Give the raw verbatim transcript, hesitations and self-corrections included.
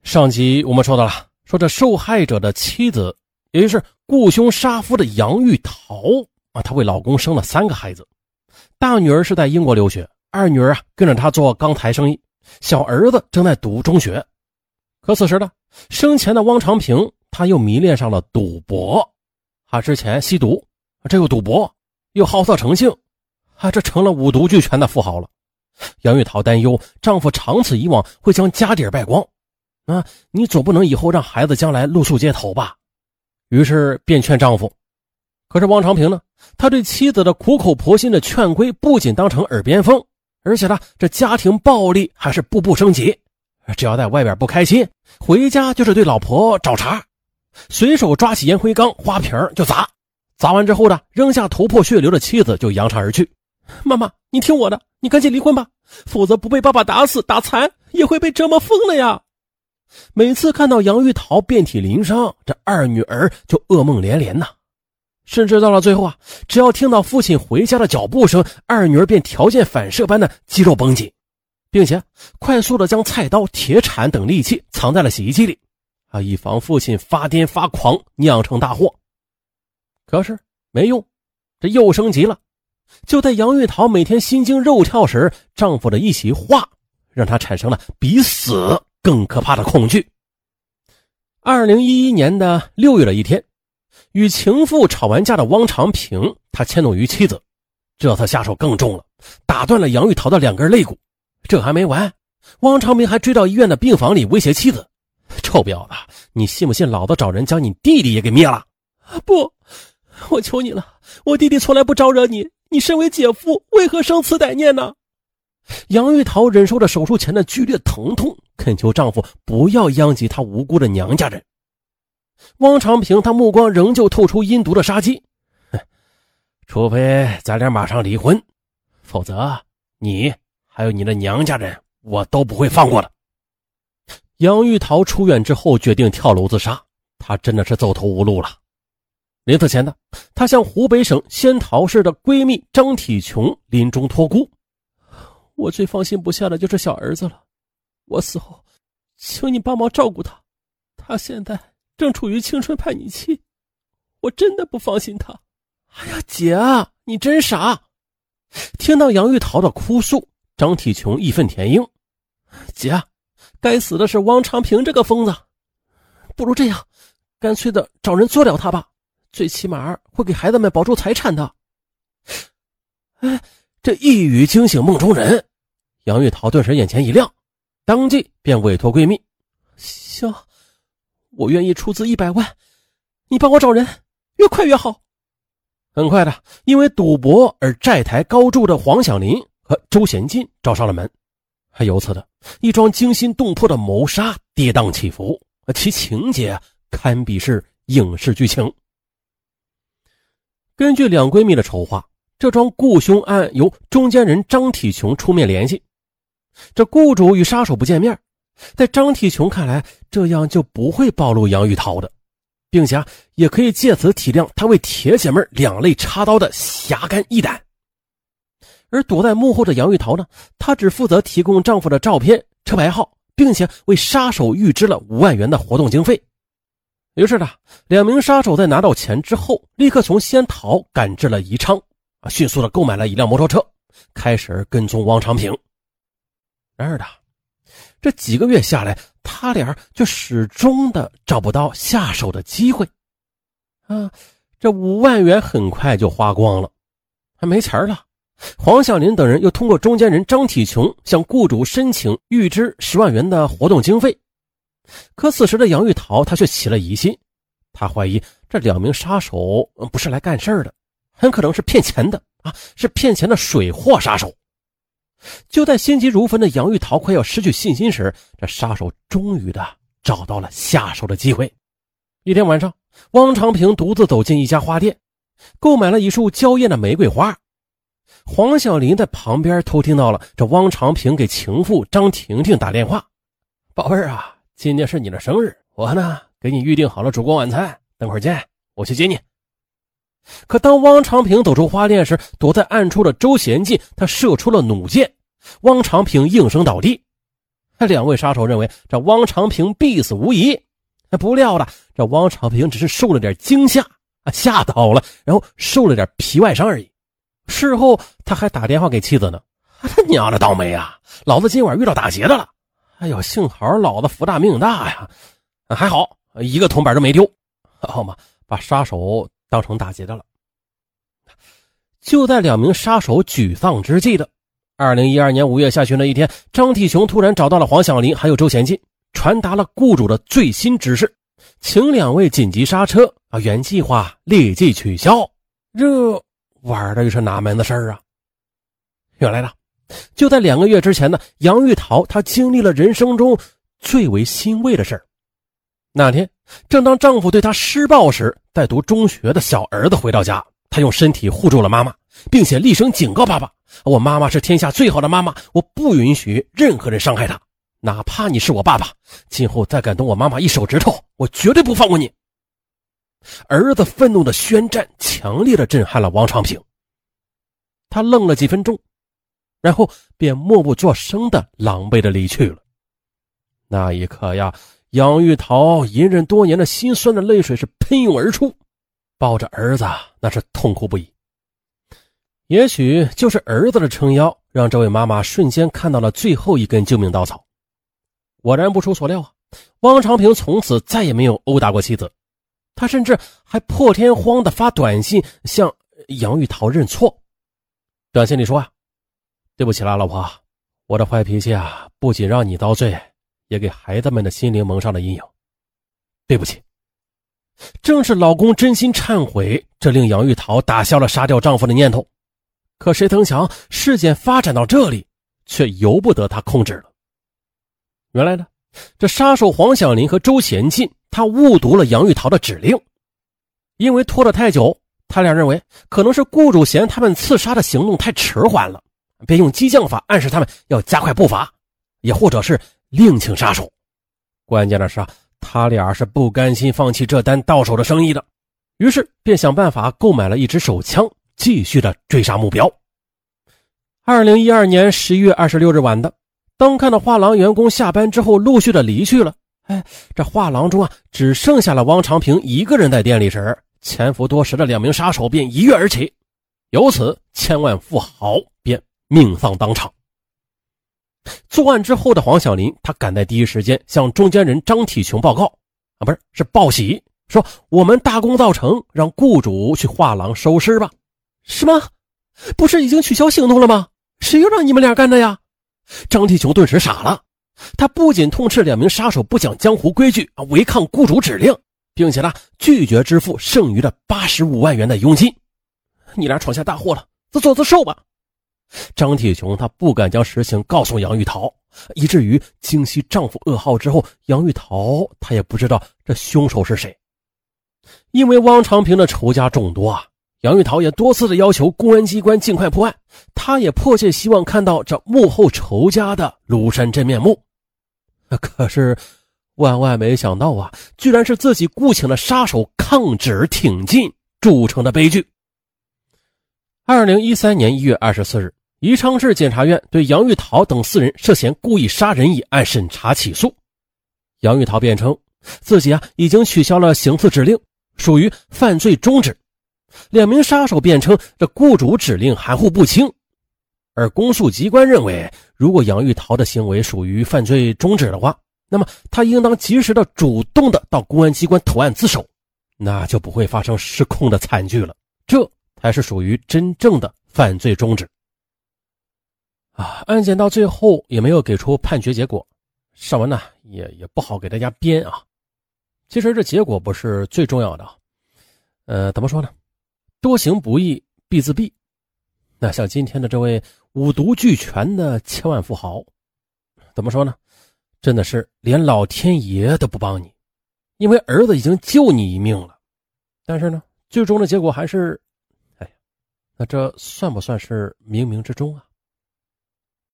上集我们说到了，说这受害者的妻子，也就是雇凶杀夫的杨玉桃啊，她为老公生了三个孩子，大女儿是在英国留学，二女儿啊跟着她做钢材生意，小儿子正在读中学。可此时呢，生前的汪长平他又迷恋上了赌博，他之前吸毒，这又赌博，又好色成性，啊，这成了五毒俱全的富豪了。杨玉桃担忧丈夫长此以往会将家底败光，啊，你总不能以后让孩子将来露宿街头吧？于是便劝丈夫。可是汪长平呢，他对妻子的苦口婆心的劝规不仅当成耳边风，而且呢，这家庭暴力还是步步升级。只要在外边不开心，回家就是对老婆找茬，随手抓起烟灰缸花瓶就砸，砸完之后呢，扔下头破血流的妻子就扬长而去。妈妈，你听我的，你赶紧离婚吧，否则不被爸爸打死打残，也会被折磨疯了呀。每次看到杨玉桃遍体鳞伤，这二女儿就噩梦连连呐。甚至到了最后啊，只要听到父亲回家的脚步声，二女儿便条件反射般的肌肉绷紧，并且快速的将菜刀、铁铲等利器藏在了洗衣机里，啊，以防父亲发癫发狂酿成大祸。可是没用，这又升级了。就在杨玉桃每天心惊肉跳时，丈夫的一席话让她产生了比死更可怕的恐惧。二零一一年的六月的一天，与情妇吵完架的汪长平，他迁怒于妻子，这次下手更重了，打断了杨玉桃的两根肋骨。这还没完，汪长平还追到医院的病房里威胁妻子：臭婊子，你信不信老子找人将你弟弟也给灭了？不，我求你了，我弟弟从来不招惹你，你身为姐夫，为何生此歹念呢？杨玉桃忍受着手术前的剧烈疼痛，恳求丈夫不要殃及她无辜的娘家人。汪长平他目光仍旧透出阴毒的杀机，除非咱俩马上离婚，否则你还有你的娘家人我都不会放过的。杨玉桃出院之后决定跳楼自杀，她真的是走投无路了。临死前呢，她向湖北省仙桃市的闺蜜张体琼临终托孤：我最放心不下的就是小儿子了，我死后请你帮忙照顾他，他现在正处于青春叛逆期，我真的不放心他。哎呀，姐啊，你真傻。听到杨玉桃的哭诉，张体琼义愤填膺：姐，该死的是汪长平这个疯子，不如这样，干脆的找人做了他吧，最起码会给孩子们保住财产的。哎，这一语惊醒梦中人，杨玉桃顿时眼前一亮，当即便委托闺蜜：行，我愿意出资一百万，你帮我找人，越快越好。很快的，因为赌博而债台高筑的黄晓林和周贤进找上了门，还由此的一桩惊心动魄的谋杀跌宕起伏，其情节堪比是影视剧情。根据两闺蜜的筹划，这桩雇凶案由中间人张体琼出面联系。这雇主与杀手不见面，在张体琼看来，这样就不会暴露杨玉桃的，并且也可以借此体谅她为铁姐妹两肋插刀的侠肝义胆。而躲在幕后的杨玉桃呢，她只负责提供丈夫的照片、车牌号，并且为杀手预支了五万元的活动经费。于是呢，两名杀手在拿到钱之后，立刻从仙桃赶至了宜昌，迅速的购买了一辆摩托车，开始跟踪汪长平。然而的这几个月下来，他俩却始终的找不到下手的机会啊！这五万元很快就花光了，还没钱了。黄晓林等人又通过中间人张体琼向雇主申请预支十万元的活动经费。可此时的杨玉桃她却起了疑心，她怀疑这两名杀手不是来干事的，很可能是骗钱的啊，是骗钱的水货杀手。就在心急如焚的杨玉桃快要失去信心时，这杀手终于的找到了下手的机会。一天晚上，汪长平独自走进一家花店，购买了一束娇艳的玫瑰花。黄晓林在旁边偷听到了这汪长平给情妇张婷婷打电话：宝贝儿啊，今天是你的生日，我呢给你预定好了烛光晚餐，等会儿见，我去接你。可当汪长平走出花店时，躲在暗处的周贤进他射出了弩箭，汪长平应声倒地。 两位杀手认为这汪长平必死无疑，不料的这汪长平只是受了点惊吓，吓倒了，然后受了点皮外伤而已。事后他还打电话给妻子呢，他娘的倒霉啊，老子今晚遇到打劫的了。哎呦，幸好老子福大命大呀，还好一个铜板都没丢，好嘛，把杀手当成打劫的了。就在两名杀手沮丧之际的二零一二年五月下旬的一天，张体雄突然找到了黄晓林还有周贤进，传达了雇主的最新指示，请两位紧急刹车啊，原计划立即取消。这玩的又是哪门子事儿啊？原来呢，就在两个月之前呢，杨玉桃她经历了人生中最为欣慰的事儿。那天正当丈夫对她施暴时，在读中学的小儿子回到家，她用身体护住了妈妈，并且厉声警告爸爸，我妈妈是天下最好的妈妈，我不允许任何人伤害她，哪怕你是我爸爸，今后再敢动我妈妈一手指头，我绝对不放过你。儿子愤怒的宣战强烈的震撼了王长平，他愣了几分钟，然后便默不作声的狼狈的离去了。那一刻呀，杨玉桃隐忍多年的心酸的泪水是喷涌而出，抱着儿子那是痛哭不已。也许就是儿子的撑腰，让这位妈妈瞬间看到了最后一根救命稻草。果然不出所料啊，汪长平从此再也没有殴打过妻子，他甚至还破天荒的发短信向杨玉桃认错。短信里说啊，对不起啦老婆，我的坏脾气啊，不仅让你遭罪，也给孩子们的心灵蒙上了阴影，对不起。正是老公真心忏悔，这令杨玉桃打消了杀掉丈夫的念头。可谁曾想事件发展到这里，却由不得他控制了。原来呢，这杀手黄晓林和周贤进他误读了杨玉桃的指令，因为拖得太久，他俩认为可能是雇主嫌他们刺杀的行动太迟缓了，便用激将法暗示他们要加快步伐，也或者是另请杀手。关键的是啊，他俩是不甘心放弃这单到手的生意的，于是便想办法购买了一支手枪，继续的追杀目标。二零一二年十一月二十六日晚的，当看到画廊员工下班之后陆续的离去了，哎，这画廊中啊只剩下了汪长平一个人在店里时，潜伏多时的两名杀手便一跃而起，由此千万富豪便命丧当场。作案之后的黄晓林，他赶在第一时间向中间人张体雄报告啊，不是是报喜，说我们大功告成，让雇主去画廊收尸吧。什么？不是已经取消行动了吗？谁又让你们俩干的呀？张体雄顿时傻了，他不仅痛斥两名杀手不讲江湖规矩，违抗雇主指令，并且呢拒绝支付剩余的八十五万元的佣金。你俩闯下大祸了，自作自受吧。张体雄他不敢将实情告诉杨玉桃，以至于惊悉丈夫噩耗之后，杨玉桃她也不知道这凶手是谁。因为汪长平的仇家众多啊，杨玉桃也多次的要求公安机关尽快破案，她也迫切希望看到这幕后仇家的庐山真面目。可是万万没想到啊，居然是自己雇请的杀手抗旨挺进铸成的悲剧。二零一三年一月二十四日，宜昌市检察院对杨玉桃等四人涉嫌故意杀人一案审查起诉。杨玉桃辩称自己啊已经取消了行刺指令，属于犯罪中止。两名杀手辩称这雇主指令含糊不清，而公诉机关认为，如果杨玉桃的行为属于犯罪中止的话，那么他应当及时的主动的到公安机关投案自首，那就不会发生失控的惨剧了，这才是属于真正的犯罪中止。啊，案件到最后也没有给出判决结果，上文呢也也不好给大家编啊。其实这结果不是最重要的，呃，怎么说呢？多行不义必自毙。那像今天的这位五毒俱全的千万富豪，怎么说呢？真的是连老天爷都不帮你，因为儿子已经救你一命了。但是呢，最终的结果还是，哎呀，那这算不算是冥冥之中啊？